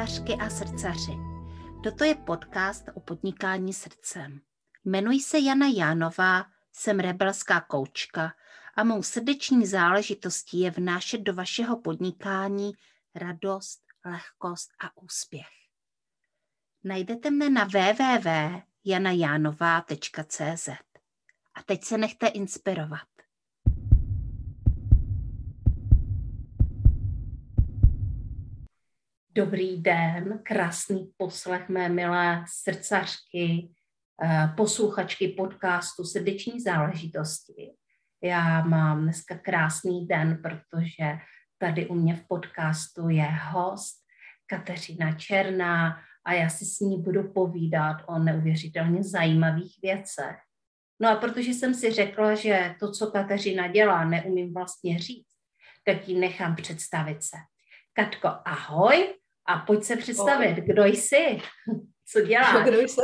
srdcařky a srdcaři. Toto je podcast o podnikání srdcem. Jmenuji se Jana Jánová, jsem rebelská koučka a mou srdeční záležitostí je vnášet do vašeho podnikání radost, lehkost a úspěch. Najdete mne na www.janajanova.cz. A teď se nechte inspirovat. Dobrý den, krásný poslech mé milé srdcařky, posluchačky podcastu Srdeční záležitosti. Já mám dneska krásný den, protože tady u mě v podcastu je host Kateřina Černá a já si s ní budu povídat o neuvěřitelně zajímavých věcech. No a protože jsem si řekla, že to, co Kateřina dělá, neumím vlastně říct, tak ji nechám představit se. Katko, ahoj a pojď se představit, kdo jsi, co děláš? Kdo jsem?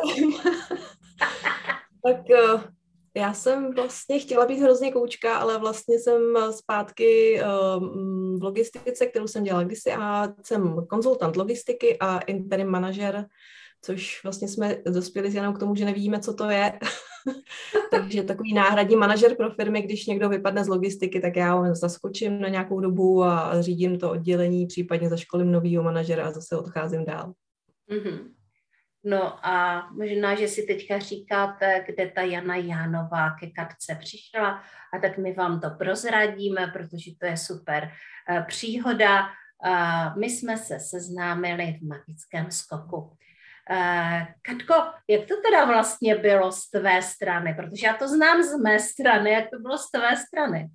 Tak já jsem vlastně chtěla být hrozně koučka, ale vlastně jsem zpátky v logistice, kterou jsem dělala kdysi a jsem konzultant logistiky a interim manažer, což vlastně jsme dospěli s Janou k tomu, že nevíme, co to je. Takže takový náhradní manažer pro firmy, když někdo vypadne z logistiky, tak já ho zaskočím na nějakou dobu a řídím to oddělení, případně zaškolím novýho manažera a zase odcházím dál. Mm-hmm. No a možná, že si teďka říkáte, kde ta Jana Jánová ke Katce přišla, a tak my vám to prozradíme, protože to je super příhoda. My jsme se seznámili v magickém skoku. Katko, jak to teda vlastně bylo z tvé strany? Protože já to znám z mé strany, jak to bylo z tvé strany?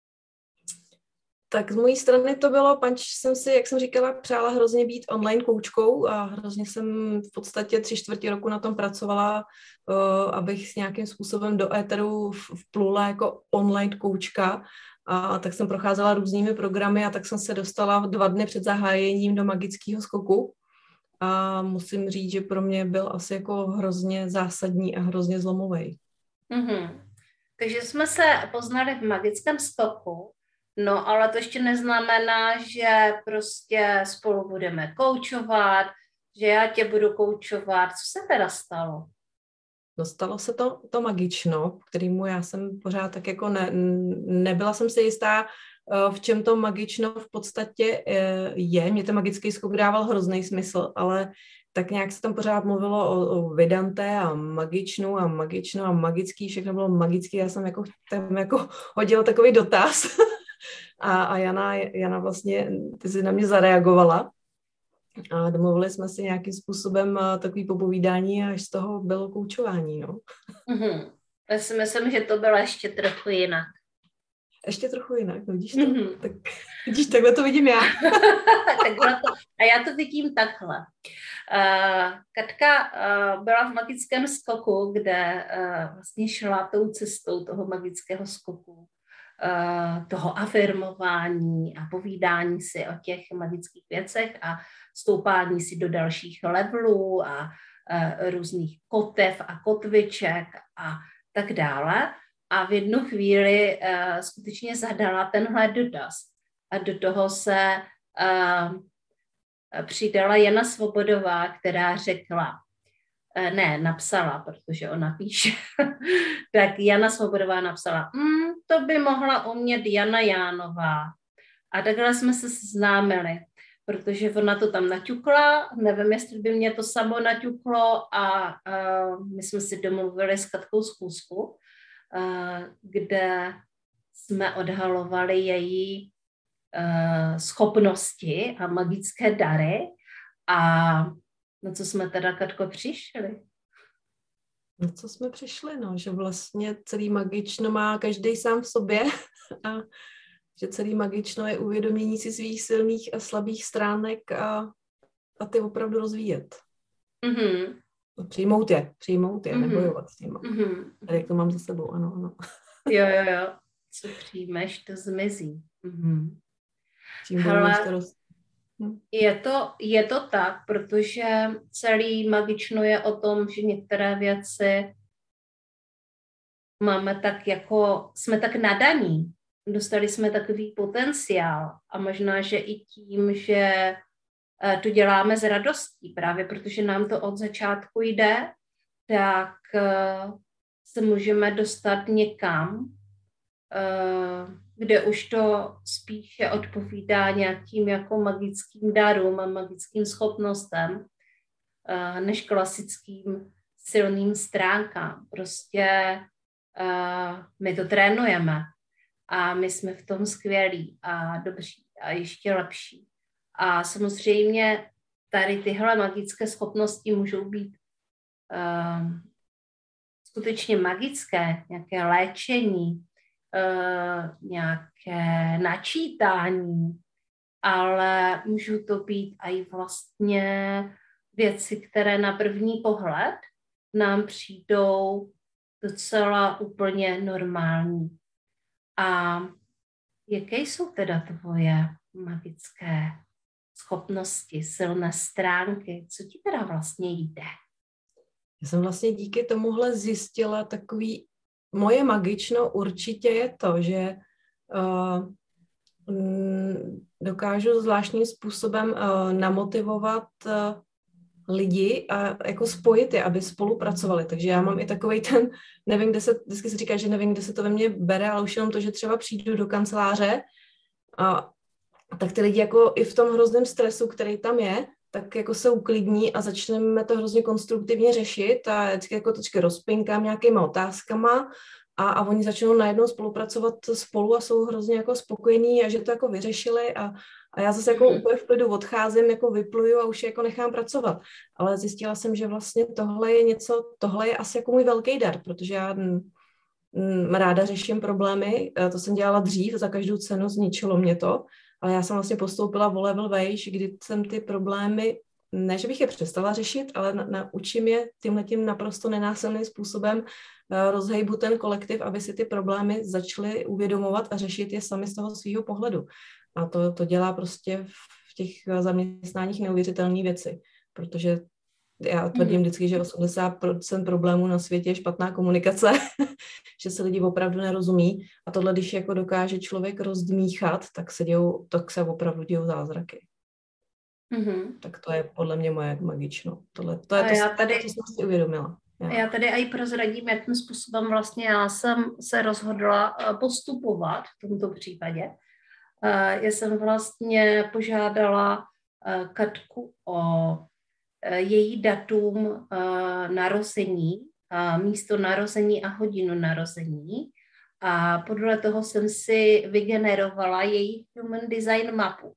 Tak z mojí strany to bylo, pač jsem si, jak jsem říkala, přála hrozně být online koučkou a hrozně jsem v podstatě 3/4 roku na tom pracovala, abych s nějakým způsobem do éteru vplula jako online koučka. A tak jsem procházela různými programy a tak jsem se dostala 2 dny před zahájením do magického skoku. A musím říct, že pro mě byl asi jako hrozně zásadní a hrozně zlomový. Mm-hmm. Takže jsme se poznali v magickém skoku, no ale to ještě neznamená, že prostě spolu budeme koučovat, že já tě budu koučovat. Co se teda stalo? No stalo se to magično, kterému já jsem pořád tak jako nebyla jsem si jistá, v čem to magično v podstatě je. Mně ten magický skok dával hrozný smysl, ale tak nějak se tam pořád mluvilo o Vedante a magičnu a magično a magický, všechno bylo magický. Já jsem tam hodila takový dotaz a Jana vlastně, ty si na mě zareagovala a domluvili jsme si nějakým způsobem takový popovídání a až z toho bylo koučování, no. Mm-hmm. Já si myslím, že to bylo ještě trochu jinak. Ještě trochu jinak, no vidíš to? Mm-hmm. Tak, vidíš, takhle to vidím já. A já to vidím takhle. Katka byla v magickém skoku, kde vlastně šla tou cestou toho magického skoku, toho afirmování a povídání si o těch magických věcech a stoupání si do dalších levelů a různých kotev a kotviček a tak dále. A v jednu chvíli skutečně zadala tenhle dotaz. A do toho se přidala Jana Svobodová, která řekla, napsala, protože ona píše, tak Jana Svobodová napsala, to by mohla umět Jana Jánová. A takhle jsme se seznámili, protože ona to tam naťukla, nevím, jestli by mě to samo naťuklo a my jsme si domluvili s Katkou schůzku, kde jsme odhalovali její schopnosti a magické dary a na co jsme teda, Katko, přišli? Na co jsme přišli, no, že vlastně celý magično má každý sám v sobě a že celý magično je uvědomění si svých silných a slabých stránek a ty opravdu rozvíjet. Mm-hmm. Přijmout je, mm-hmm. nebojovat s nimi. Mm-hmm. A jak to mám za sebou, ano. Jo. Co přijmeš, to zmizí. Mm-hmm. Hele, je to tak, protože celý magično je o tom, že některé věci máme tak jako, jsme tak nadaní, dostali jsme takový potenciál a možná, že i tím, že to děláme s radostí, právě protože nám to od začátku jde, tak se můžeme dostat někam, kde už to spíše odpovídá nějakým jako magickým darům a magickým schopnostem, než klasickým silným stránkám. Prostě my to trénujeme a my jsme v tom skvělí a dobří a ještě lepší. A samozřejmě tady tyhle magické schopnosti můžou být skutečně magické, nějaké léčení, nějaké načítání, ale můžou to být i vlastně věci, které na první pohled nám přijdou docela úplně normální. A jaké jsou teda tvoje magické schopnosti, silné stránky? Co ti teda vlastně jde? Já jsem vlastně díky tomuhle zjistila takový, moje magično určitě je to, že dokážu zvláštním způsobem namotivovat lidi a jako spojit je, aby spolupracovali. Takže já mám i takovej ten, nevím, vždycky se říká, že nevím, kde se to ve mně bere, ale už jenom to, že třeba přijdu do kanceláře a tak ty lidi jako i v tom hrozném stresu, který tam je, tak jako se uklidní a začneme to hrozně konstruktivně řešit a vždycky jako točky rozpinkám nějakýma otázkama a oni začnou najednou spolupracovat spolu a jsou hrozně jako spokojení a že to jako vyřešili a já zase jako úplně v klidu odcházím, jako vypluju a už je jako nechám pracovat. Ale zjistila jsem, že vlastně tohle je asi jako můj velký dar, protože já ráda řeším problémy, to jsem dělala dřív, za každou cenu zničilo mě to, ale já jsem vlastně postoupila o level vejš, kdy jsem ty problémy, ne, že bych je přestala řešit, ale naučím je tímhletím naprosto nenásilným způsobem, rozhejbu ten kolektiv, aby si ty problémy začaly uvědomovat a řešit je sami z toho svého pohledu. A to dělá prostě v těch zaměstnáních neuvěřitelné věci, protože já tvrdím vždycky, že 80% problémů na světě je špatná komunikace, že se lidi opravdu nerozumí a tohle, když jako dokáže člověk rozdmíchat, tak se opravdu dějou zázraky. Mm-hmm. Tak to je podle mě moje magično. To je to, co jsem si uvědomila. Já tady i prozradím, jakým způsobem vlastně já jsem se rozhodla postupovat v tomto případě. Já jsem vlastně požádala Katku o její datum narození, místo narození a hodinu narození. A podle toho jsem si vygenerovala její Human Design mapu.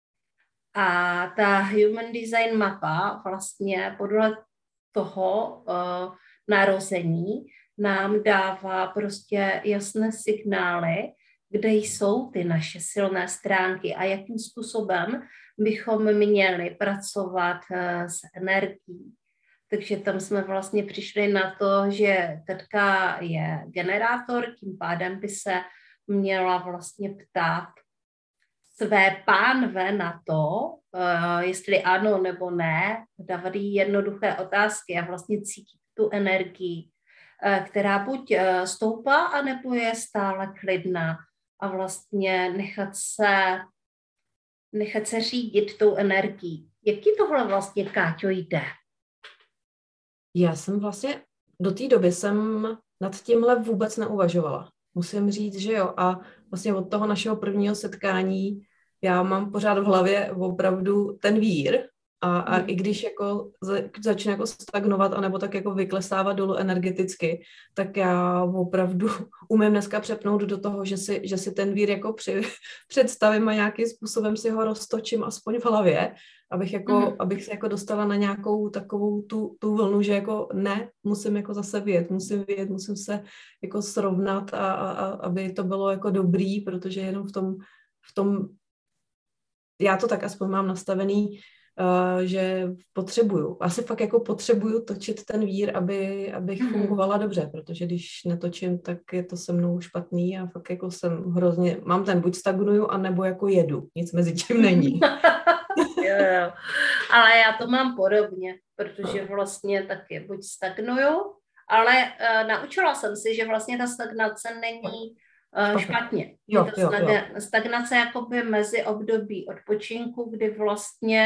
A ta Human Design mapa vlastně podle toho narození nám dává prostě jasné signály, kde jsou ty naše silné stránky a jakým způsobem bychom měli pracovat s energií. Takže tam jsme vlastně přišli na to, že Katka je generátor, tím pádem by se měla vlastně ptát své pánve na to, jestli ano nebo ne, dávat jí jednoduché otázky a vlastně cítit tu energii, která buď stoupá, anebo je stále klidná a vlastně nechat se řídit tou energií. Jak ti tohle vlastně, Káťo, jde? Já jsem vlastně do té doby jsem nad tímhle vůbec neuvažovala. Musím říct, že jo. A vlastně od toho našeho prvního setkání já mám pořád v hlavě opravdu ten vír a i když jako začne jako stagnovat anebo tak jako vyklesávat dolů energeticky, tak já opravdu umím dneska přepnout do toho, že si ten vír jako představím a nějakým způsobem si ho roztočím aspoň v hlavě, abych se jako dostala na nějakou takovou tu vlnu, že jako ne, musím jako zase vyjet, musím se jako srovnat a aby to bylo jako dobrý, protože jenom v tom já to tak aspoň mám nastavený, že asi fakt jako potřebuju točit ten vír, abych fungovala dobře, protože když netočím, tak je to se mnou špatný a fakt jako jsem hrozně, mám ten buď stagnuju, anebo jako jedu, nic mezi tím není. Jo. Ale já to mám podobně, protože vlastně taky buď stagnuju, ale naučila jsem si, že vlastně ta stagnace není špatně. Stagnace jakoby mezi období odpočinku, kdy vlastně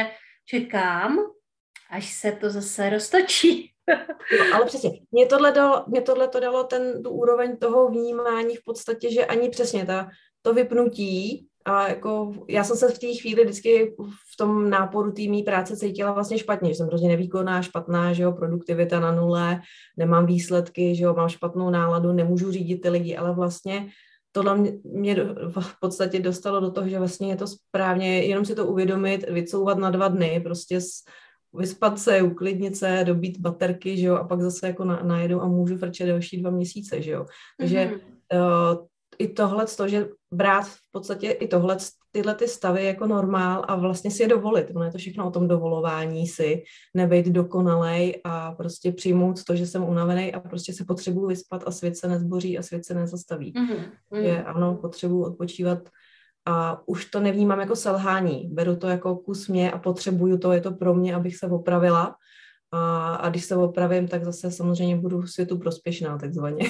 čekám, až se to zase roztočí. No, ale přesně, mě tohle to dalo tu úroveň toho vnímání v podstatě, že ani přesně to vypnutí a jako já jsem se v té chvíli vždycky v tom náporu té mý práce cítila vlastně špatně, že jsem hrozně nevýkonná, špatná, že jo, produktivita na nule, nemám výsledky, že jo, mám špatnou náladu, nemůžu řídit ty lidi, ale vlastně tohle mě v podstatě dostalo do toho, že vlastně je to správně, jenom si to uvědomit, vycouvat na 2 dny, prostě vyspat se, uklidnit se, dobít baterky, že jo, a pak zase jako najedu a můžu frčet další 2 měsíce, že jo. Takže i tohle, že brát v podstatě i tyhle ty stavy jako normál a vlastně si je dovolit. Ono je to všechno o tom dovolování si, nebejt dokonalej a prostě přijmout to, že jsem unavený a prostě se potřebuji vyspat a svět se nezboří a svět se nezastaví. Že ano, potřebuji odpočívat a už to nevnímám jako selhání. Beru to jako kus mě a potřebuju to, je to pro mě, abych se opravila. A když se opravím, tak zase samozřejmě budu světu prospěšná, takzvaně.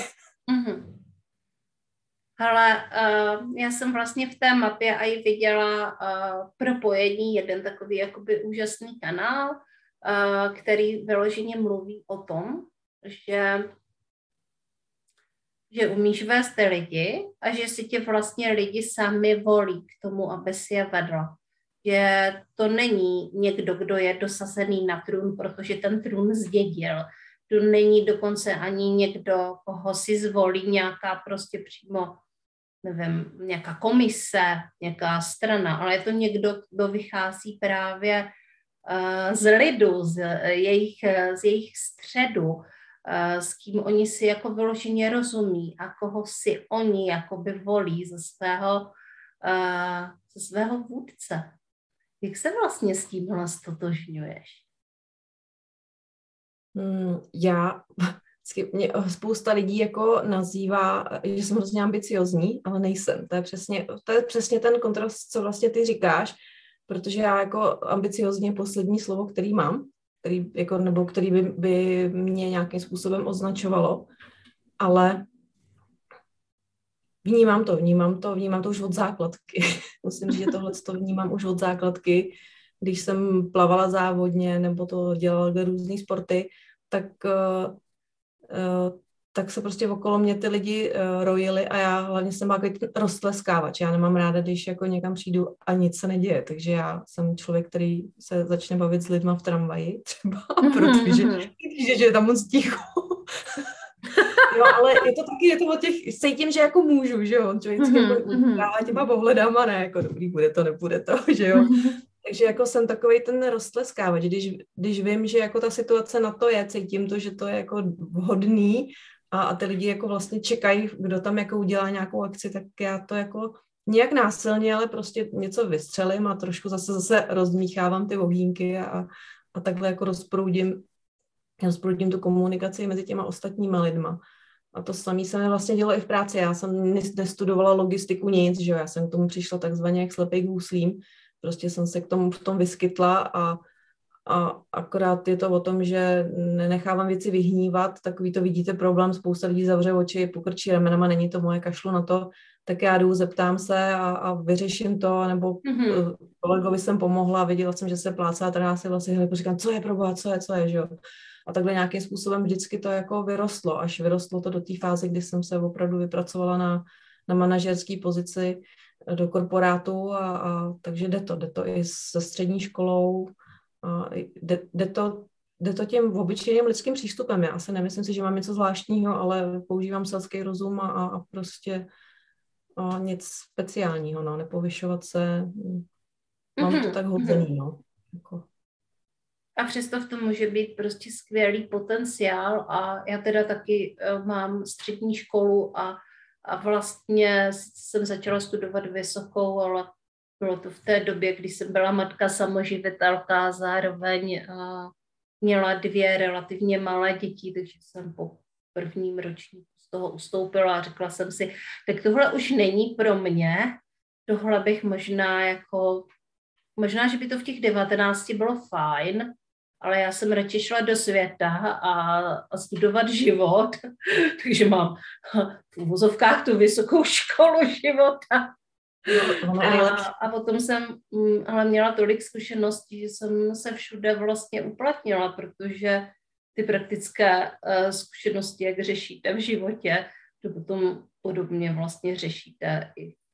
Ale já jsem vlastně v té mapě i viděla propojení, jeden takový jakoby úžasný kanál, který vyloženě mluví o tom, že umíš vést lidi a že si tě vlastně lidi sami volí k tomu, aby si je vedla. Že to není někdo, kdo je dosazený na trůn, protože ten trůn zdědil. To není dokonce ani někdo, koho si zvolí nějaká prostě přímo, nevím, nějaká komise, nějaká strana, ale je to někdo, kdo vychází právě z lidu, z jejich středu, s kým oni si jako vyloženě rozumí a koho si oni jakoby volí ze svého vůdce. Jak se vlastně s tímhle stotožňuješ? Mě spousta lidí jako nazývá, že jsem hrozně ambiciozní, ale nejsem. To je přesně ten kontrast, co vlastně ty říkáš, protože já jako ambiciozně poslední slovo, který mám, který by mě nějakým způsobem označovalo, ale vnímám to už od základky. Musím říct, že tohle to vnímám už od základky, když jsem plavala závodně nebo to dělala různý sporty, tak se prostě okolo mě ty lidi rojili a já hlavně jsem takový roztleskávač. Já nemám ráda, když jako někam přijdu a nic se neděje, takže já jsem člověk, který se začne bavit s lidma v tramvaji třeba, protože je tam moc ticho. Jo, ale je to o těch, cítím, že jako můžu, že jo, člověk jako dává těma pohledama, a ne, jako dobrý, bude to, nebude to, že jo. Takže jako jsem takovej ten roztleskávač, když vím, že jako ta situace na to je, cítím to, že to je jako vhodný a ty lidi jako vlastně čekají, kdo tam jako udělá nějakou akci, tak já to jako nějak násilně, ale prostě něco vystřelím a trošku zase rozdmíchávám ty ohýnky a takhle jako rozproudím tu komunikaci mezi těma ostatníma lidma. A to samé se mi vlastně dělo i v práci. Já jsem nestudovala logistiku nic, že jo, já jsem k tomu přišla takzvaně jak slepej k hůslím. Prostě jsem se k tomu v tom vyskytla a akorát je to o tom, že nenechávám věci vyhnívat, takový to vidíte problém, spousta lidí zavře oči, pokrčí ramenama, není to moje, kašlu na to, tak já jdu, zeptám se a vyřeším to, nebo kolegovi jsem pomohla, viděla jsem, že se plácá, tak já si vlastně říkám, co je proboha, co je, že jo. A takhle nějakým způsobem vždycky to jako vyrostlo, až vyrostlo to do té fáze, kdy jsem se opravdu vypracovala na manažerské pozici do korporátu a takže jde to i se střední školou, jde to tím obyčejným lidským přístupem. Já asi nemyslím si, že mám něco zvláštního, ale používám selský rozum a prostě nic speciálního, no, nepovyšovat se, mám to tak hodzený, no. Jako. A přesto v tom může být prostě skvělý potenciál a já teda taky mám střední školu a vlastně jsem začala studovat vysokou, ale bylo to v té době, kdy jsem byla matka samoživitelka a zároveň měla 2 relativně malé děti, takže jsem po prvním ročníku z toho ustoupila a řekla jsem si, tak tohle už není pro mě, tohle bych možná, že by to v těch 19 bylo fajn, ale já jsem radši šla do světa a studovat život, takže mám v uvozovkách tu vysokou školu života. No, je nejlepší. A potom jsem ale měla tolik zkušeností, že jsem se všude vlastně uplatnila, protože ty praktické zkušenosti, jak řešíte v životě, to potom podobně vlastně řešíte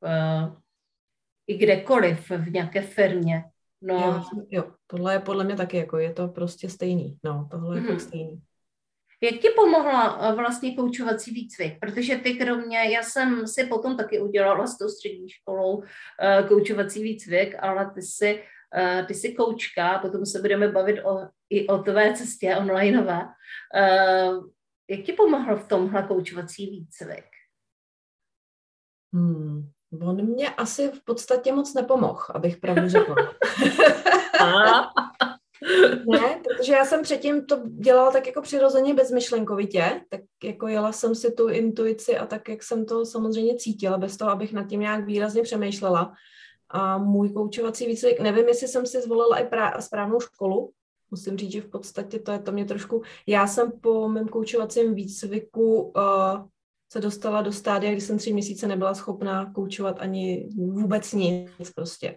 i kdekoliv, v nějaké firmě. No. Jo, tohle je podle mě taky, jako je to prostě stejný. No, tohle je fakt stejný. Jak ti pomohla vlastně koučovací výcvik? Protože ty kromě, já jsem si potom taky udělala s tou střední školou koučovací výcvik, ale ty jsi koučka, potom se budeme bavit i o tvé cestě onlineové. Jak ti pomohlo v tomhle koučovací výcvik? On mě asi v podstatě moc nepomohl, abych pravdu řekla. Ne, protože já jsem předtím to dělala tak jako přirozeně bezmyšlenkovitě, tak jako jela jsem si tu intuici a tak, jak jsem to samozřejmě cítila, bez toho, abych nad tím nějak výrazně přemýšlela. A můj koučovací výcvik, nevím, jestli jsem si zvolila i správnou školu, musím říct, že v podstatě to mě trošku, já jsem po mém koučovacím výcviku se dostala do stádia, kdy jsem 3 měsíce nebyla schopná koučovat ani vůbec nic prostě.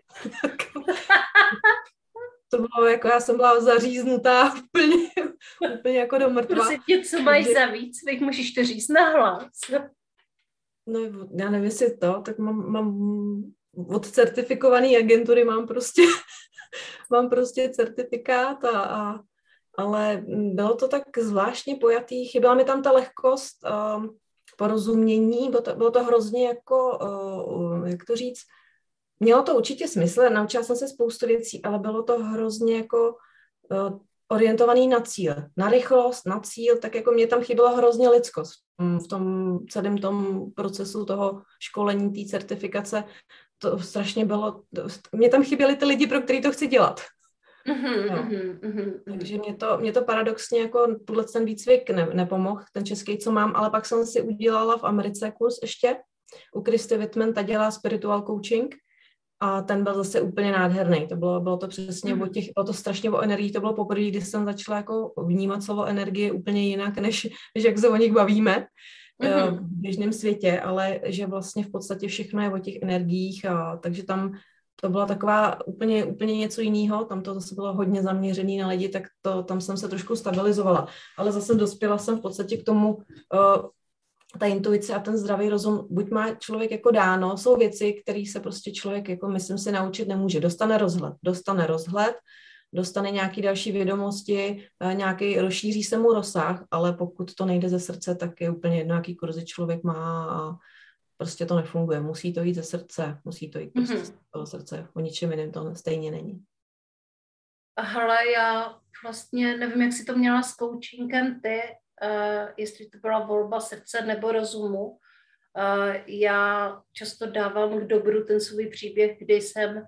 To bylo jako, já jsem byla zaříznutá úplně jako do mrtva. Prostě tě, co máš za výcvik, můžeš to říct nahlas. No, já nevím, jestli to, tak mám od certifikované agentury mám prostě certifikát, ale bylo to tak zvláštně pojatý, chyběla mi tam ta lehkost, porozumění, bylo to hrozně jako, jak to říct, mělo to určitě smysl, naučila jsem se spoustu věcí, ale bylo to hrozně jako orientovaný na cíl, na rychlost, na cíl, tak jako mě tam chyběla hrozně lidskost v tom celém tom procesu toho školení, té certifikace. To strašně bylo, mě tam chyběly ty lidi, pro který to chci dělat. Takže mě to paradoxně jako ten výcvik nepomohl, ten český, co mám, ale pak jsem si udělala v Americe kurz ještě u Kristy Wittman, ta dělá spiritual coaching a ten byl zase úplně nádherný. Bylo to přesně bylo to strašně o energii, to bylo poprvé, kdy jsem začala jako vnímat slovo energie úplně jinak, než jak se o nich bavíme v běžném světě, ale že vlastně v podstatě všechno je o těch energiích, takže tam to byla taková úplně něco jiného, tam to zase bylo hodně zaměřené na lidi, tak tam jsem se trošku stabilizovala. Ale zase dospěla jsem v podstatě k tomu, ta intuice a ten zdravý rozum, buď má člověk jako dáno, jsou věci, které se prostě člověk, jako myslím si, naučit nemůže. Dostane rozhled, dostane nějaké další vědomosti, rozšíří se mu rozsah, ale pokud to nejde ze srdce, tak je úplně jedno, jaký kurzy člověk má a prostě to nefunguje. Musí to jít ze srdce, musí to jít prostě z toho srdce. O ničem jiném to stejně není. Hele, já vlastně nevím, jak jsi to měla s coachingem ty, jestli to byla volba srdce nebo rozumu. Já často dávám k dobru ten svůj příběh, kdy jsem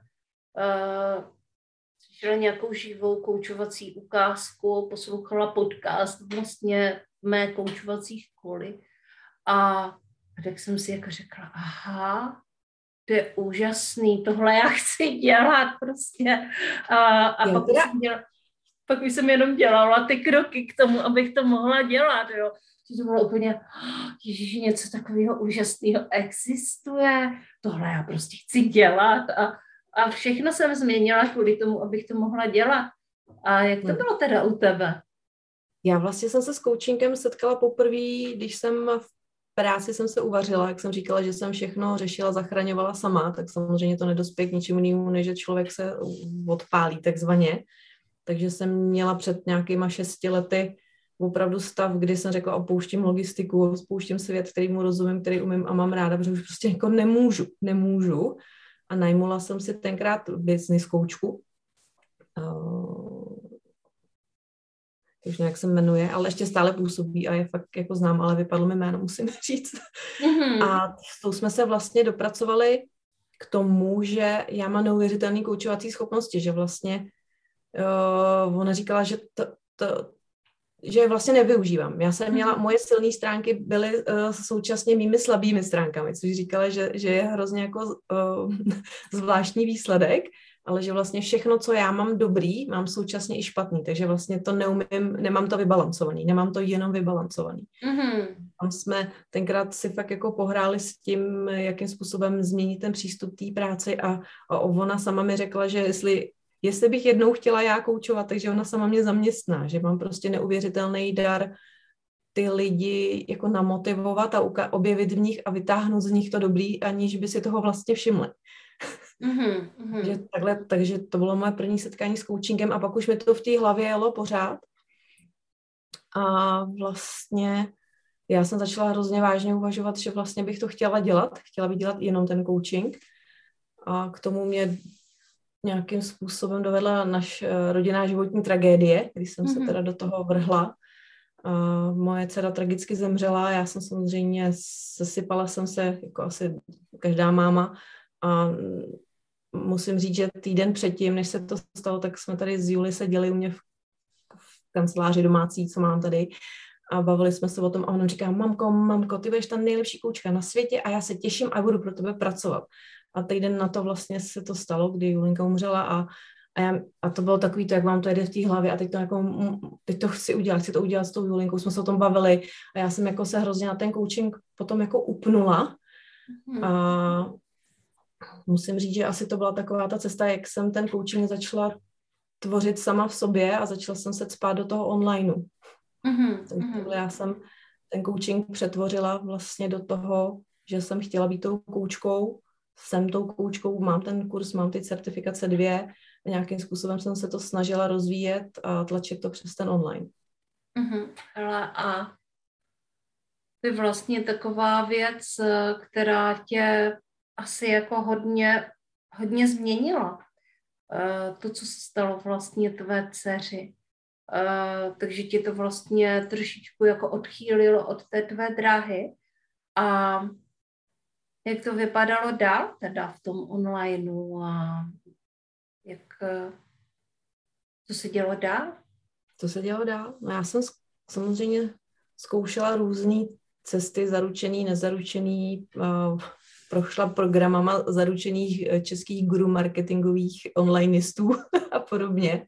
slyšela nějakou živou koučovací ukázku, poslouchala podcast vlastně mé koučovací školy a tak jsem si jako řekla, aha, to je úžasný, tohle já chci dělat prostě. A pak už jsem jenom dělala ty kroky k tomu, abych to mohla dělat, jo. To bylo úplně, ježiši, něco takového úžasného existuje, tohle já prostě chci dělat a všechno jsem změnila kvůli tomu, abych to mohla dělat. A jak to bylo teda u tebe? Já vlastně jsem se s coachingem setkala poprvé, když jsem v práci jsem se uvařila, jak jsem říkala, že jsem všechno řešila, zachraňovala sama, tak samozřejmě to nedospěje k ničemu jinému, než že člověk se odpálí takzvaně. Takže jsem měla před nějakýma 6 lety opravdu stav, kdy jsem řekla, opouštím logistiku, spouštím svět, kterýmu rozumím, který umím a mám ráda, protože už prostě jako nemůžu. A najmula jsem si tenkrát business coachku. Už nějak se jmenuje, ale ještě stále působí a je fakt jako znám, ale vypadlo mi jméno, musím říct. A s tou jsme se vlastně dopracovali k tomu, že já mám neuvěřitelný koučovací schopnosti, že vlastně ona říkala, že že je vlastně nevyužívám. Já jsem měla, moje silné stránky byly současně mými slabými stránkami, což říkala, že je hrozně jako zvláštní výsledek, ale že vlastně všechno, co já mám dobrý, mám současně i špatný, takže vlastně to nemám to vybalancovaný, nemám to jenom vybalancovaný. Tam jsme tenkrát si fakt jako pohráli s tím, jakým způsobem změnit ten přístup té práci a ona sama mi řekla, že jestli bych jednou chtěla já koučovat, takže ona sama mě zaměstná, že mám prostě neuvěřitelný dar ty lidi jako namotivovat a objevit v nich a vytáhnout z nich to dobrý, aniž by si toho vlastně všimli. Takže to bylo moje první setkání s coachingem a pak už mi to v té hlavě jelo pořád. A vlastně já jsem začala hrozně vážně uvažovat, že vlastně bych to chtěla dělat. Chtěla bych dělat jenom ten coaching. A k tomu mě nějakým způsobem dovedla naše rodinná životní tragédie, když jsem se teda do toho vrhla. Moje dcera tragicky zemřela, já jsem samozřejmě sesypala jsem se, jako asi každá máma, a musím říct, že týden předtím, než se to stalo, tak jsme tady s Juli seděli u mě v kanceláři domácí, co mám tady, a bavili jsme se o tom a on říká, mamko, ty budeš ta nejlepší koučka na světě a já se těším a budu pro tebe pracovat. A týden na to vlastně se to stalo, kdy Julinka umřela a to bylo takový to, jak vám to jede v té hlavě a teď to chci to udělat s tou Julinkou, jsme se o tom bavili a já jsem jako se hrozně na ten coaching potom jako upnula a musím říct, že asi to byla taková ta cesta, jak jsem ten coaching začala tvořit sama v sobě a začala jsem se cpát do toho onlineu. Takže já jsem ten coaching přetvořila vlastně do toho, že jsem chtěla být tou koučkou, jsem tou koučkou, mám ten kurz, mám ty certifikace 2 a nějakým způsobem jsem se to snažila rozvíjet a tlačit to přes ten online. Hele, a to je vlastně taková věc, která tě asi jako hodně změnila. To, co se stalo vlastně tvé dceři. Takže tě to vlastně trošičku jako odchýlilo od té tvé dráhy. A jak to vypadalo dál teda v tom onlineu a co se dělo dál? Co se dělo dál? No já jsem samozřejmě zkoušela různé cesty, zaručený, nezaručený, prošla programama zaručených českých guru marketingových onlinistů a podobně.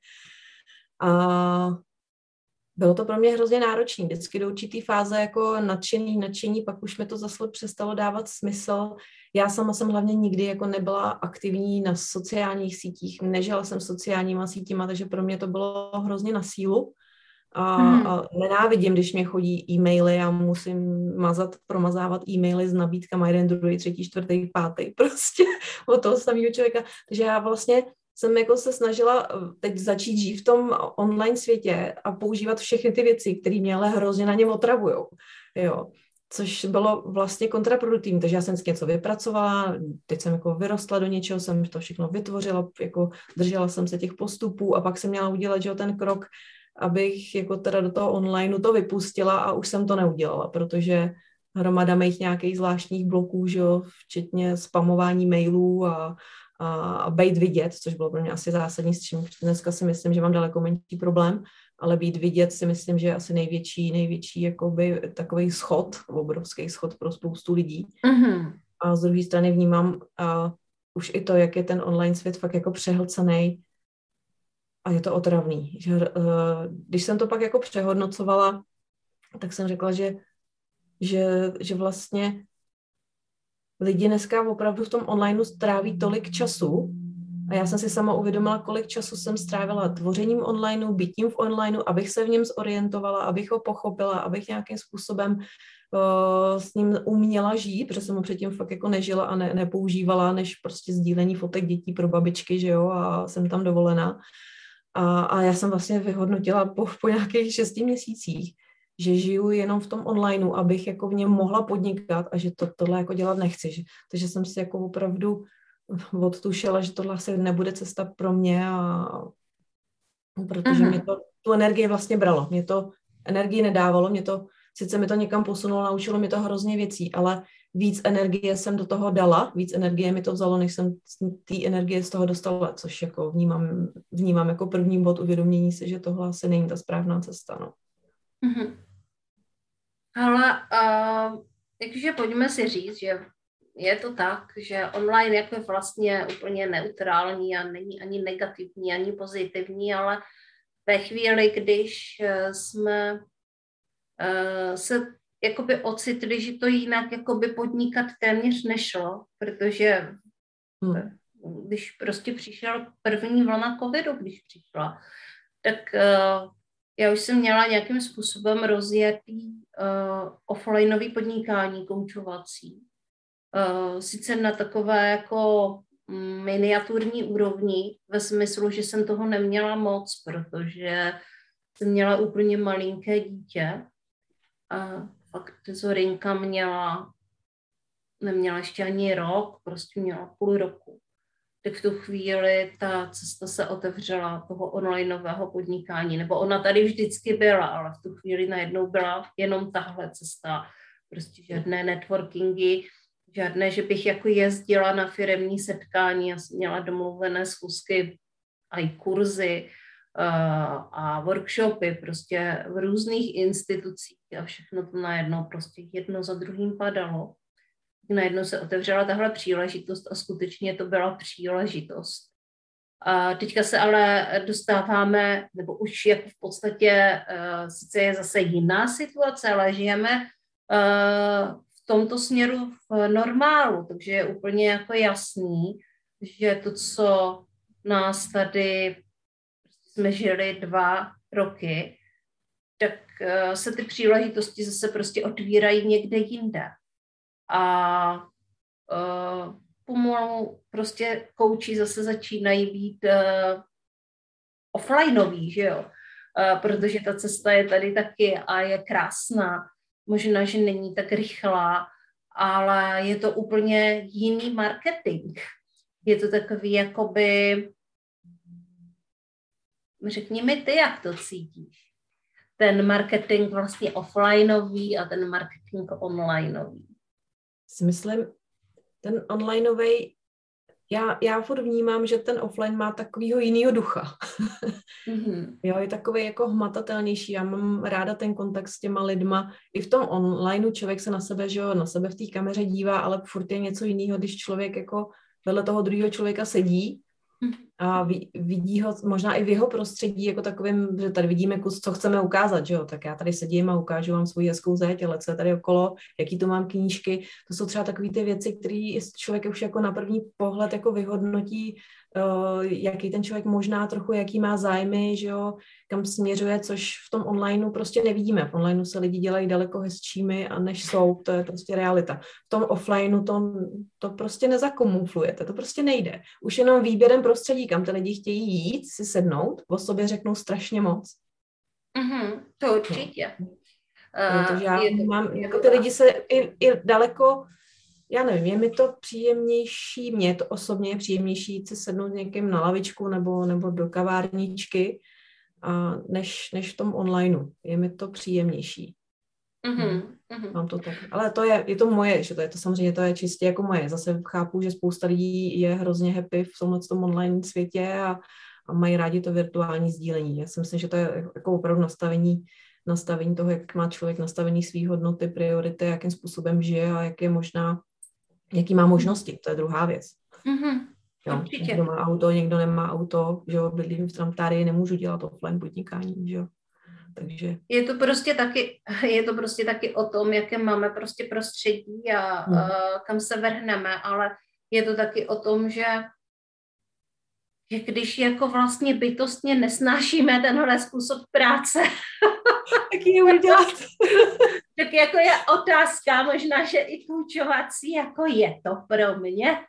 A bylo to pro mě hrozně náročné. Vždycky do určitý fáze jako nadšení, pak už mi to zase přestalo dávat smysl. Já sama jsem hlavně nikdy jako nebyla aktivní na sociálních sítích, nežila jsem sociálníma sítěma, takže pro mě to bylo hrozně na sílu. A nenávidím, když mě chodí e-maily, já musím promazávat e-maily s nabídkama 1, 2, 3, 4, 5, prostě od toho samého člověka. Takže já vlastně jsem jako se snažila teď začít žít v tom online světě a používat všechny ty věci, které mě ale hrozně na něm otravujou. Jo. Což bylo vlastně kontraproduktivní, takže já jsem si něco vypracovala, teď jsem jako vyrostla do něčeho, jsem to všechno vytvořila, jako držela jsem se těch postupů a pak jsem měla udělat, že ten krok, abych jako teda do toho onlineu to vypustila a už jsem to neudělala, protože hromada mých nějakých zvláštních bloků, že jo, včetně spamování mailů a být vidět, což bylo pro mě asi zásadní, s čím dneska si myslím, že mám daleko menší problém, ale být vidět si myslím, že je asi největší jakoby takový schod, obrovský schod pro spoustu lidí. A z druhé strany vnímám už i to, jak je ten online svět fakt jako přehlcenej a je to otravný. Že, když jsem to pak jako přehodnocovala, tak jsem řekla, že vlastně lidi dneska opravdu v tom onlineu stráví tolik času a já jsem si sama uvědomila, kolik času jsem strávila tvořením onlineu, bytím v onlineu, abych se v něm zorientovala, abych ho pochopila, abych nějakým způsobem s ním uměla žít, protože jsem ho předtím fakt jako nežila a nepoužívala, než prostě sdílení fotek dětí pro babičky, že jo, a jsem tam dovolená. A já jsem vlastně vyhodnotila po nějakých 6 měsících, že žiju jenom v tom onlineu, abych jako v něm mohla podnikat a že tohle jako dělat nechci. Takže jsem si jako opravdu odtušila, že tohle asi nebude cesta pro mě, protože mě to tu energii vlastně bralo. Mě to energii nedávalo, sice mi to někam posunulo, naučilo mi to hrozně věcí, ale víc energie jsem do toho dala, víc energie mi to vzalo, než jsem té energie z toho dostala, což jako vnímám jako první bod uvědomění si, že tohle asi není ta správná cesta. No. Ale takže pojďme si říct, že je to tak, že online jako je vlastně úplně neutrální a není ani negativní, ani pozitivní, ale ve chvíli, když jsme se jakoby ocitli, že to jinak jakoby podnikat téměř nešlo, protože když prostě přišel první vlna covidu, když přišla, tak já už jsem měla nějakým způsobem rozjetý offlineový podnikání koučovací. Sice na takové jako miniaturní úrovni, ve smyslu, že jsem toho neměla moc, protože jsem měla úplně malinké dítě a fakt Zorinka neměla ještě ani rok, prostě měla půl roku. Tak v tu chvíli ta cesta se otevřela toho onlineového podnikání, nebo ona tady vždycky byla, ale v tu chvíli najednou byla jenom tahle cesta, prostě žádné networkingy, žádné, že bych jako jezdila na firemní setkání a měla domluvené schůzky a i kurzy a workshopy prostě v různých institucích a všechno to najednou prostě jedno za druhým padalo. Najednou se otevřela tahle příležitost a skutečně to byla příležitost. A teďka se ale dostáváme, nebo už jako v podstatě sice je zase jiná situace, ale žijeme v tomto směru v normálu, takže je úplně jako jasný, že to, co nás tady jsme žili 2 roky, tak se ty příležitosti zase prostě otvírají někde jinde. A pomalu prostě kouči zase začínají být offlineoví, že jo? Protože ta cesta je tady taky a je krásná. Možná, že není tak rychlá, ale je to úplně jiný marketing. Je to takový jakoby, řekni mi ty, jak to cítíš. Ten marketing vlastně offlineový a ten marketing onlineový. Si myslím, ten onlineový, já furt vnímám, že ten offline má takovýho jinýho ducha. Jo, je takový jako hmatatelnější. Já mám ráda ten kontakt s těma lidma. I v tom onlineu člověk se na sebe, že jo, na sebe v té kameře dívá, ale furt je něco jiného, když člověk jako vedle toho druhého člověka sedí a vidí ho možná i v jeho prostředí jako takovým, že tady vidíme kus, co chceme ukázat, že jo, tak já tady sedím a ukážu vám svou hezkou zeď, ale co je tady okolo, jaký tu mám knížky, to jsou třeba takové ty věci, které člověk už jako na první pohled jako vyhodnotí, jaký ten člověk možná trochu, jaký má zájmy, že jo, kam směřuje, což v tom onlineu prostě nevidíme. V onlineu se lidi dělají daleko hezčími, a než jsou, to je prostě realita. V tom offlineu to prostě nezakamuflujete, to prostě nejde. Už jenom výběrem prostředí, kam ty lidi chtějí jít, si sednout, o sobě řeknou strašně moc. To určitě. No. Protože já mám, jako ty lidi se i daleko, já nevím, je mi to příjemnější, mně to osobně je příjemnější jít si sednout někým na lavičku nebo do kavárničky, než v tom onlineu. Je mi to příjemnější. Mám to tak. Ale je to moje, že to je to samozřejmě, to je čistě jako moje. Zase chápu, že spousta lidí je hrozně happy v tom online světě a mají rádi to virtuální sdílení. Já si myslím, že to je jako opravdu nastavení toho, jak má člověk nastavený svý hodnoty, priority, jakým způsobem žije a jaký má možnosti. To je druhá věc. Jo, někdo má auto, někdo nemá auto, že jo, bydlím v Tramtárii, nemůžu dělat offline podnikání, že jo. Takže... Je to prostě taky o tom, jaké máme prostě prostředí a kam se vrhneme, ale je to taky o tom, že když jako vlastně bytostně nesnášíme tenhle způsob práce, tak ji udělat. Tak jako je otázka, možná, že i koučovací, jako je to pro mě.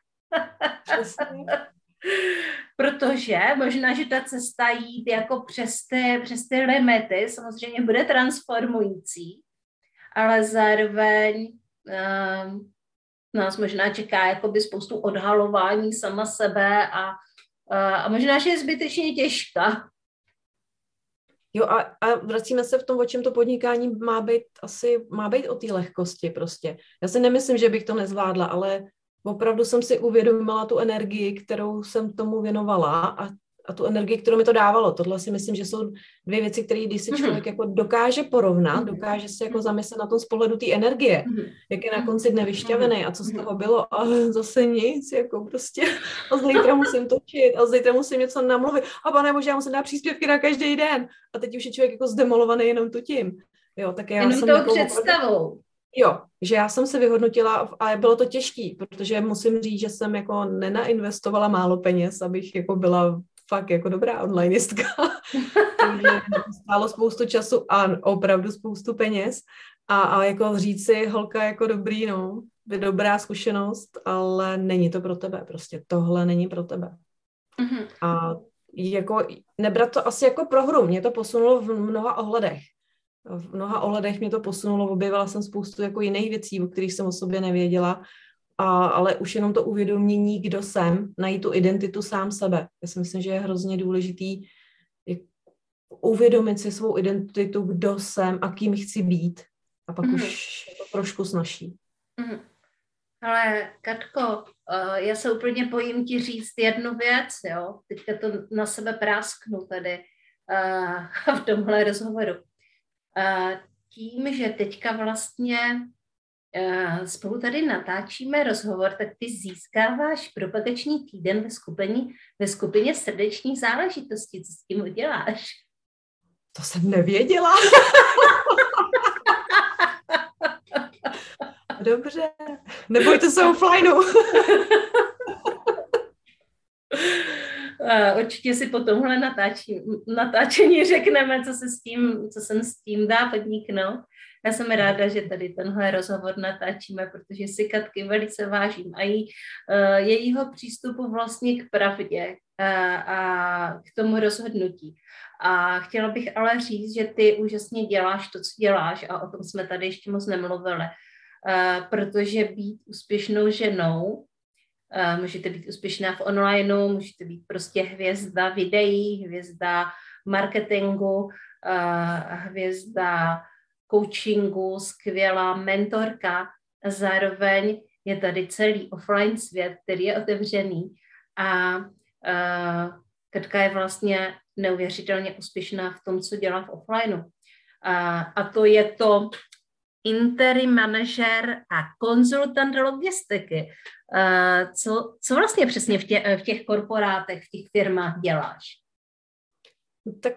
Protože možná, že ta cesta jít jako přes ty limity samozřejmě bude transformující, ale zároveň nás možná čeká jakoby spoustu odhalování sama sebe a možná, že je zbytečně těžká. Jo a vracíme se v tom, o čem to podnikání má být o té lehkosti prostě. Já si nemyslím, že bych to nezvládla, ale opravdu jsem si uvědomila tu energii, kterou jsem tomu věnovala a tu energii, kterou mi to dávalo. Tohle si myslím, že jsou 2 věci, které když si člověk jako dokáže porovnat, dokáže se jako zamyslet na tom z pohledu té energie, jak je na konci dne vyšťavený a co z toho bylo a zase nic, jako prostě a zítra musím točit a zítra musím něco namluvit a panebože, já musím dát příspěvky na každý den a teď už je člověk jako zdemolovaný jenom tu tím. Jo, tak já Jenom jsem tou jako představou. jo, že já jsem se vyhodnotila a bylo to těžký, protože musím říct, že jsem jako nenainvestovala málo peněz, abych jako byla fakt jako dobrá onlineistka. Takže to stálo spoustu času a opravdu spoustu peněz. A jako říct si, holka, jako dobrý, no, je dobrá zkušenost, ale není to pro tebe, prostě tohle není pro tebe. Mhm. A jako nebrat to asi jako prohru, mě to posunulo v mnoha ohledech. V mnoha ohledech mě to posunulo, objevila jsem spoustu jako jiných věcí, o kterých jsem o sobě nevěděla, ale už jenom to uvědomění, kdo jsem, najít tu identitu sám sebe. Já si myslím, že je hrozně důležitý uvědomit si svou identitu, kdo jsem a kým chci být. A pak už je to trošku snazší. Ale Katko, já se úplně bojím ti říct jednu věc, jo? Teďka to na sebe prásknu tady v tomhle rozhovoru. Tím, že teďka vlastně spolu tady natáčíme rozhovor, tak ty získáváš propagační týden ve skupině srdečních záležitostí. Co s tím uděláš? To jsem nevěděla. Dobře, nebojte se offlineu. Určitě si po tomhle natáčení řekneme, co jsem s tím dá podniknout. Já jsem ráda, že tady tenhle rozhovor natáčíme, protože si Katky velice vážím a jejího přístupu vlastně k pravdě a k tomu rozhodnutí. A chtěla bych ale říct, že ty úžasně děláš to, co děláš a o tom jsme tady ještě moc nemluvili, protože být úspěšnou ženou, můžete být úspěšná v onlineu, můžete být prostě hvězda videí, hvězda marketingu, hvězda coachingu, skvělá mentorka. Zároveň je tady celý offline svět, který je otevřený a Katka je vlastně neuvěřitelně úspěšná v tom, co dělá v offlineu. A to je to interim manažer a konzultant logistiky. Co vlastně přesně v těch korporátech, v těch firmách děláš? Tak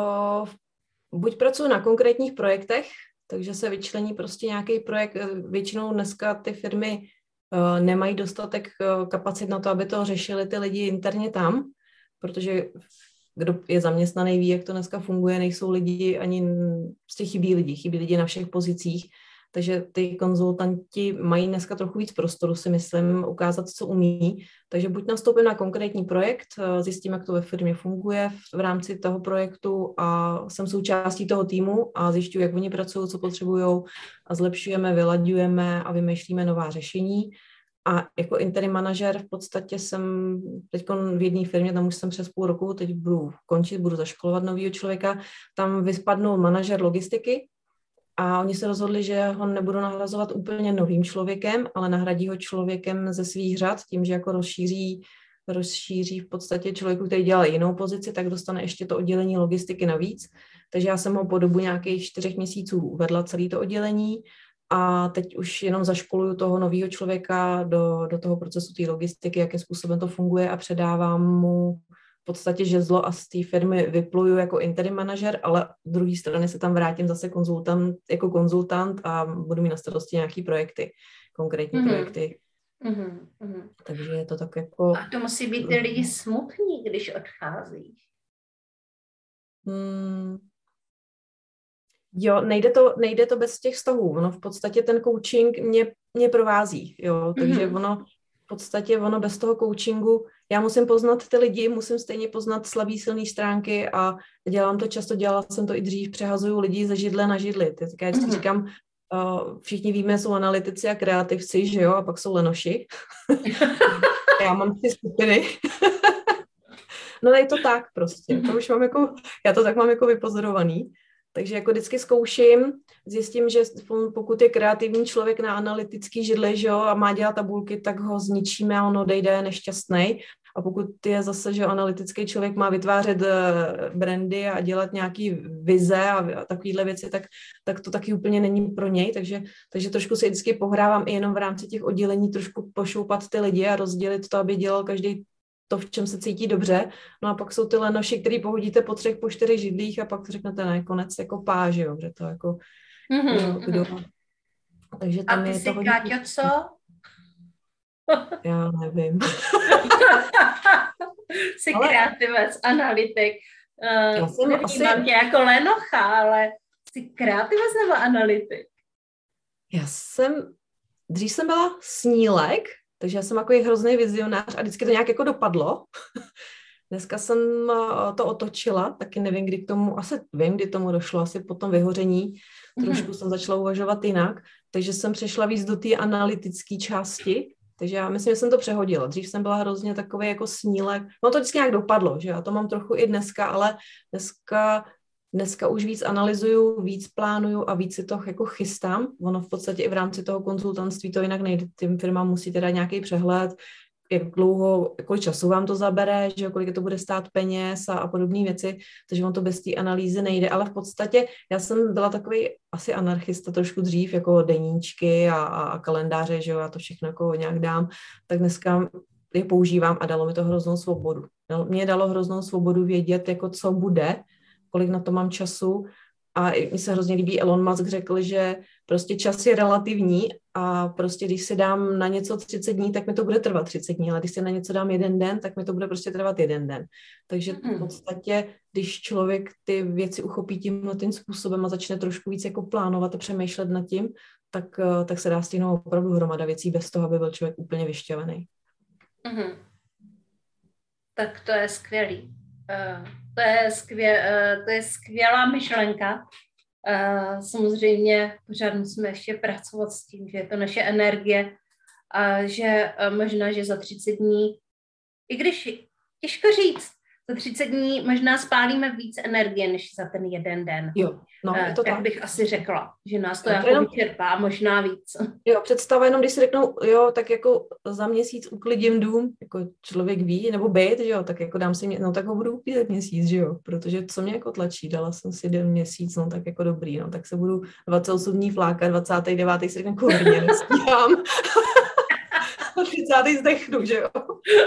buď pracuji na konkrétních projektech, takže se vyčlení prostě nějaký projekt. Většinou dneska ty firmy nemají dostatek kapacit na to, aby to řešili ty lidi interně tam, protože kdo je zaměstnaný, ví, jak to dneska funguje, nejsou lidi, ani prostě chybí lidi na všech pozicích, takže ty konzultanti mají dneska trochu víc prostoru, si myslím, ukázat, co umí, takže buď nastoupím na konkrétní projekt, zjistím, jak to ve firmě funguje v rámci toho projektu a jsem součástí toho týmu a zjišťuji, jak oni pracují, co potřebují a zlepšujeme, vylaďujeme a vymýšlíme nová řešení. A jako interim manažer v podstatě jsem teď v jedné firmě, tam už jsem přes půl roku, teď budu končit, budu zaškolovat novýho člověka, tam vyspadnul manažer logistiky a oni se rozhodli, že ho nebudou nahrazovat úplně novým člověkem, ale nahradí ho člověkem ze svých řad, tím, že jako rozšíří v podstatě člověku, který dělal jinou pozici, tak dostane ještě to oddělení logistiky navíc. Takže já jsem ho po dobu nějakých 4 měsíců vedla celé to oddělení. A teď už jenom zaškoluju toho nového člověka do toho procesu té logistiky, jakým způsobem to funguje a předávám mu v podstatě žezlo a z té firmy vypluju jako interim manažer, ale z druhé strany se tam vrátím zase jako konzultant a budu mít na starosti nějaký projekty, konkrétní projekty. Takže je to tak jako... A to musí být ty lidi smutní, když odchází. Jo, nejde to bez těch vztahů. Ono v podstatě ten coaching mě provází, jo, takže ono bez toho coachingu, já musím poznat ty lidi, musím stejně poznat slabý, silný stránky a dělám to často, dělala jsem to i dřív, přehazuju lidi ze židle na židli. Já vždycky říkám, všichni víme, jsou analytici a kreativci, že jo, a pak jsou lenoši. Já mám 3 skupiny. No je to tak prostě, to už mám jako, já to tak mám jako vypozorovaný. Takže jako vždycky zkouším, zjistím, že pokud je kreativní člověk na analytický židli, že jo, a má dělat tabulky, tak ho zničíme a on odejde nešťastnej. A pokud je zase, že analytický člověk má vytvářet brandy a dělat nějaký vize a takovéhle věci, tak to taky úplně není pro něj. Takže trošku si vždycky pohrávám i jenom v rámci těch oddělení trošku pošoupat ty lidi a rozdělit to, aby dělal každý to, v čem se cítí dobře. No a pak jsou ty lenoši, který pohodíte po 3, po 4 židlích a pak řeknete ne, konec jako páži, jo, že to jako kdo. Takže A tam ty je to jsi, hodně... Káťo, co? Já nevím. Jsi Ale kreativec, analytik. já jsem Nevnímám asi... tě jako lenocha, ale jsi kreativec nebo analytik? Dřív jsem byla snílek, takže já jsem takový hrozný vizionář a vždycky to nějak jako dopadlo. Dneska jsem to otočila, taky nevím, kdy k tomu, asi vím, kdy tomu došlo, asi po tom vyhoření. Trošku jsem začala uvažovat jinak, takže jsem přešla víc do té analytické části, takže já myslím, že jsem to přehodila. Dřív jsem byla hrozně takový jako snílek. No to vždycky nějak dopadlo, že já to mám trochu i dneska, ale dneska už víc analyzuju, víc plánuju a víc si to jako chystám. Ono v podstatě i v rámci toho konzultantství to jinak nejde. Tím firmám musíte dát nějaký přehled, jak dlouho, kolik času vám to zabere, že kolik to bude stát peněz a podobné věci, takže on to bez té analýzy nejde, ale v podstatě já jsem byla takový asi anarchista trošku dřív, jako deníčky a kalendáře, že jo, já to všechno jako nějak dám, tak dneska je používám a dalo mi to hroznou svobodu. Mě dalo hroznou svobodu vědět, jako co bude, kolik na to mám času a mi se hrozně líbí, Elon Musk řekl, že prostě čas je relativní a prostě když si dám na něco 30 dní, tak mi to bude trvat 30 dní, ale když si na něco dám 1 den, tak mi to bude prostě trvat 1 den. Takže v podstatě, když člověk ty věci uchopí tím způsobem a začne trošku víc jako plánovat a přemýšlet nad tím, tak se dá stihnout opravdu hromada věcí bez toho, aby byl člověk úplně vyšťavený. Tak to je skvělý. To je skvělá myšlenka. Samozřejmě pořád musíme ještě pracovat s tím, že je to naše energie a že možná, že za 30 dní, i když těžko říct, za 30 dní možná spálíme víc energie, než za ten 1 den. Jo, no, je to tak bych asi řekla, že nás to jako vyčerpá, možná víc. Jo, představa jenom, když si řeknou, jo, tak jako za měsíc uklidím dům, jako člověk ví, nebo byt, že jo, tak jako dám si, no tak ho budu uklízet měsíc, že jo, protože co mě jako tlačí, dala jsem si 1 měsíc, no tak jako dobrý, no tak se budu 28 dní flákat, 29. si řeknu, kurně, nestíhám. 30. zdechnu, že jo.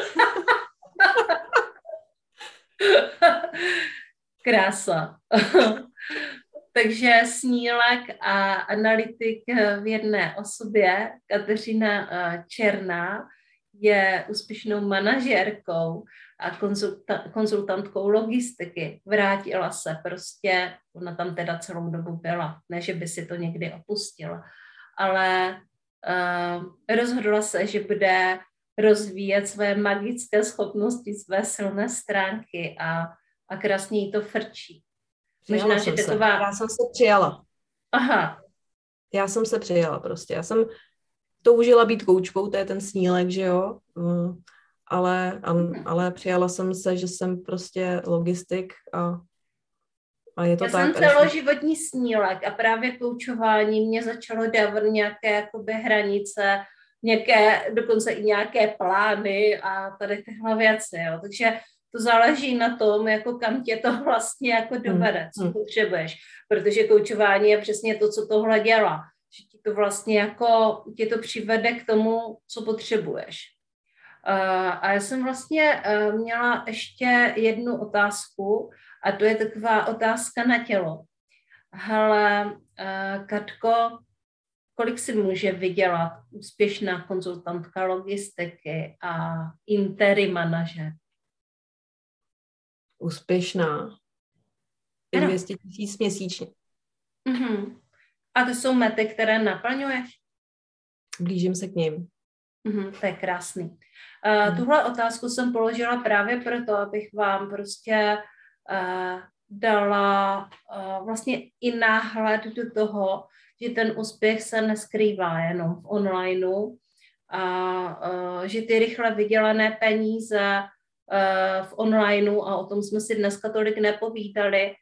Krása. Takže snílek a analytik v jedné osobě, Kateřina Černá, je úspěšnou manažérkou a konzultantkou logistiky. Vrátila se prostě, ona tam teda celou dobu byla, ne, že by si to někdy opustila, ale rozhodla se, že bude rozvíjet své magické schopnosti, své silné stránky a krásně jí to frčí. Možná, že Já jsem se přijala. Aha. Já jsem se přijala prostě. Já jsem toužila být koučkou, to je ten snílek, že jo, ale přijala jsem se, že jsem prostě logistik a je to Já tak. Já jsem celoživotní snílek a právě koučování mě začalo dávat nějaké jakoby hranice, dokonce i nějaké plány a tady tyhle věci, jo. Takže to záleží na tom, jako kam tě to vlastně jako dovede, co potřebuješ. Protože koučování je přesně to, co tohle dělá. Že ti to vlastně jako, tě to přivede k tomu, co potřebuješ. A já jsem vlastně měla ještě jednu otázku a to je taková otázka na tělo. Hele, Katko, kolik si může vydělat úspěšná konzultantka logistiky a interim manažer? Úspěšná. 200 000 měsíčně. A to jsou mety, které naplňuješ? Blížím se k nim. To je krásný. Tuhle otázku jsem položila právě proto, abych vám prostě dala vlastně i náhled do toho, že ten úspěch se neskrývá jenom v onlineu a že ty rychle vydělané peníze v onlineu, a o tom jsme si dneska tolik nepovídali,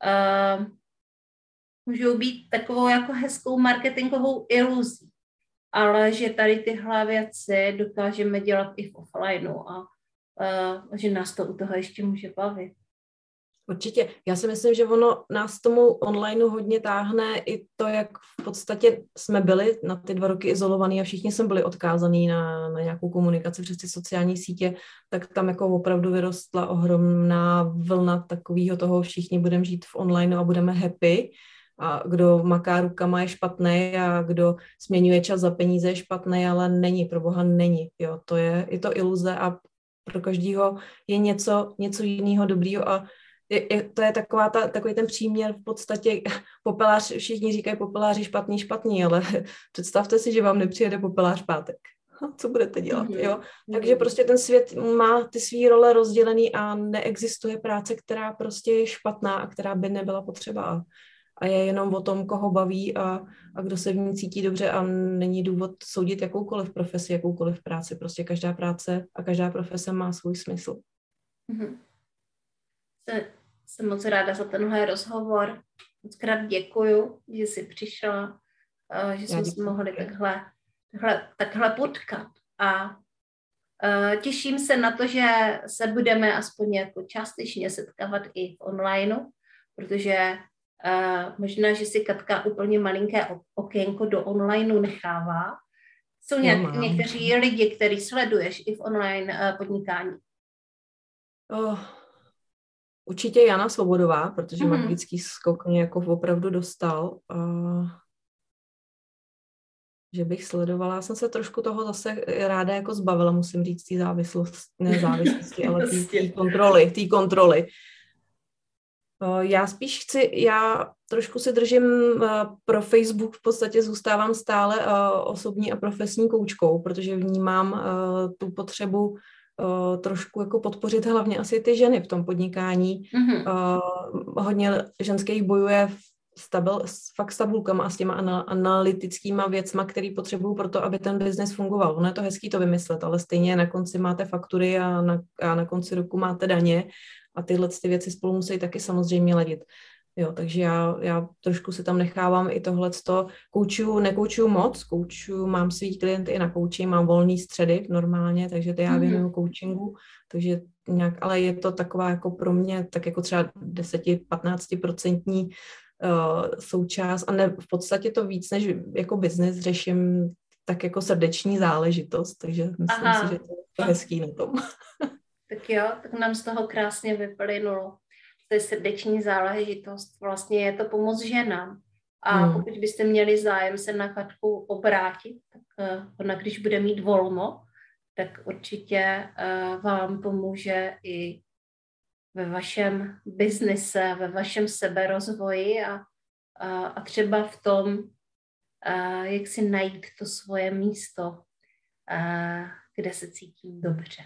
můžou být takovou jako hezkou marketingovou iluzí, ale že tady tyhle věci dokážeme dělat i v offlineu a že nás to u toho ještě může bavit. Určitě. Já si myslím, že ono nás tomu onlineu hodně táhne i to, jak v podstatě jsme byli na ty 2 roky izolovaní a všichni jsme byli odkázaní na nějakou komunikaci přes ty sociální sítě, tak tam jako opravdu vyrostla ohromná vlna takového toho, všichni budeme žít v onlineu a budeme happy. a kdo maká rukama je špatný a kdo směňuje čas za peníze je špatný, ale není, pro Boha není. Jo, je to iluze a pro každého je něco jiného dobrýho a to je takový ten příměr v podstatě popelář, všichni říkají popeláři špatný, ale představte si, že vám nepřijede popelář pátek. Co budete dělat, jo? Takže prostě ten svět má ty svý role rozdělený a neexistuje práce, která prostě je špatná a která by nebyla potřeba. A je jenom o tom, koho baví a kdo se v ní cítí dobře a není důvod soudit jakoukoliv profesi, jakoukoliv práci. Prostě každá práce a každá profese má svůj smysl. Jsem moc ráda za tenhle rozhovor. Mockrát děkuju, že jsi přišla, že jsme se mohli takhle potkat. A těším se na to, že se budeme aspoň jako částečně setkávat i v onlineu, protože možná, že si Katka úplně malinké okénko do onlineu nechává. Jsou někteří lidi, který sleduješ i v online podnikání? Určitě Jana Svobodová, protože magický skok mě jako opravdu dostal. Že bych sledovala. Já jsem se trošku toho zase ráda jako zbavila, musím říct, té závislosti, ale té kontroly. Já trošku si držím pro Facebook, v podstatě zůstávám stále osobní a profesní koučkou, protože vnímám tu potřebu trošku jako podpořit hlavně asi ty ženy v tom podnikání. Hodně ženských bojuje fakt s tabulkama a s těma analytickýma věcma, který potřebují pro to, aby ten biznes fungoval. Ono je to hezký to vymyslet, ale stejně na konci máte faktury a na konci roku máte daně a tyhle ty věci spolu musí taky samozřejmě ladit. Jo, takže já trošku si tam nechávám i tohleto. Nekoučuju moc, mám svý klienty i na kouči, mám volný středy normálně, takže to já věnuju coachingu, takže nějak, ale je to taková jako pro mě tak jako třeba 10-15% součást a v podstatě to víc než jako biznes řeším tak jako srdeční záležitost, takže myslím si, že to je hezký na tom. Tak jo, tak nám z toho krásně vyplynulo. To je srdeční záležitost, vlastně je to pomoc ženám. A pokud byste měli zájem se na Katku obrátit, tak ona, když bude mít volno, tak určitě vám pomůže i ve vašem biznise, ve vašem seberozvoji a třeba v tom, jak si najít to svoje místo, kde se cítím dobře.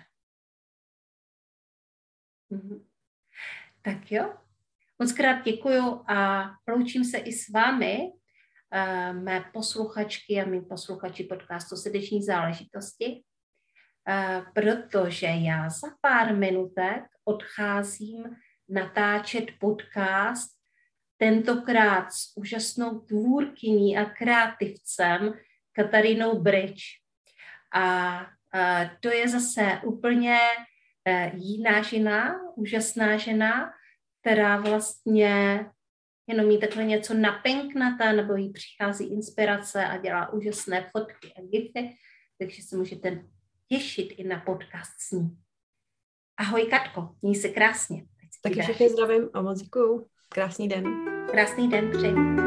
Tak jo, moc krát děkuju a loučím se i s vámi, mé posluchačky a mý posluchači podcastu Srdeční záležitosti, protože já za pár minutek odcházím natáčet podcast, tentokrát s úžasnou tvůrkyní a kreativcem Katarínou Bridge. A to je zase úplně jiná žena, úžasná žena, která vlastně jenom jí takhle něco napenknatá, nebo jí přichází inspirace a dělá úžasné fotky a gify, takže se můžete těšit i na podcast s ní. Ahoj Katko, měj se krásně. Taky všechny zdravím a moc děkuju. Krásný den. Krásný den přeji.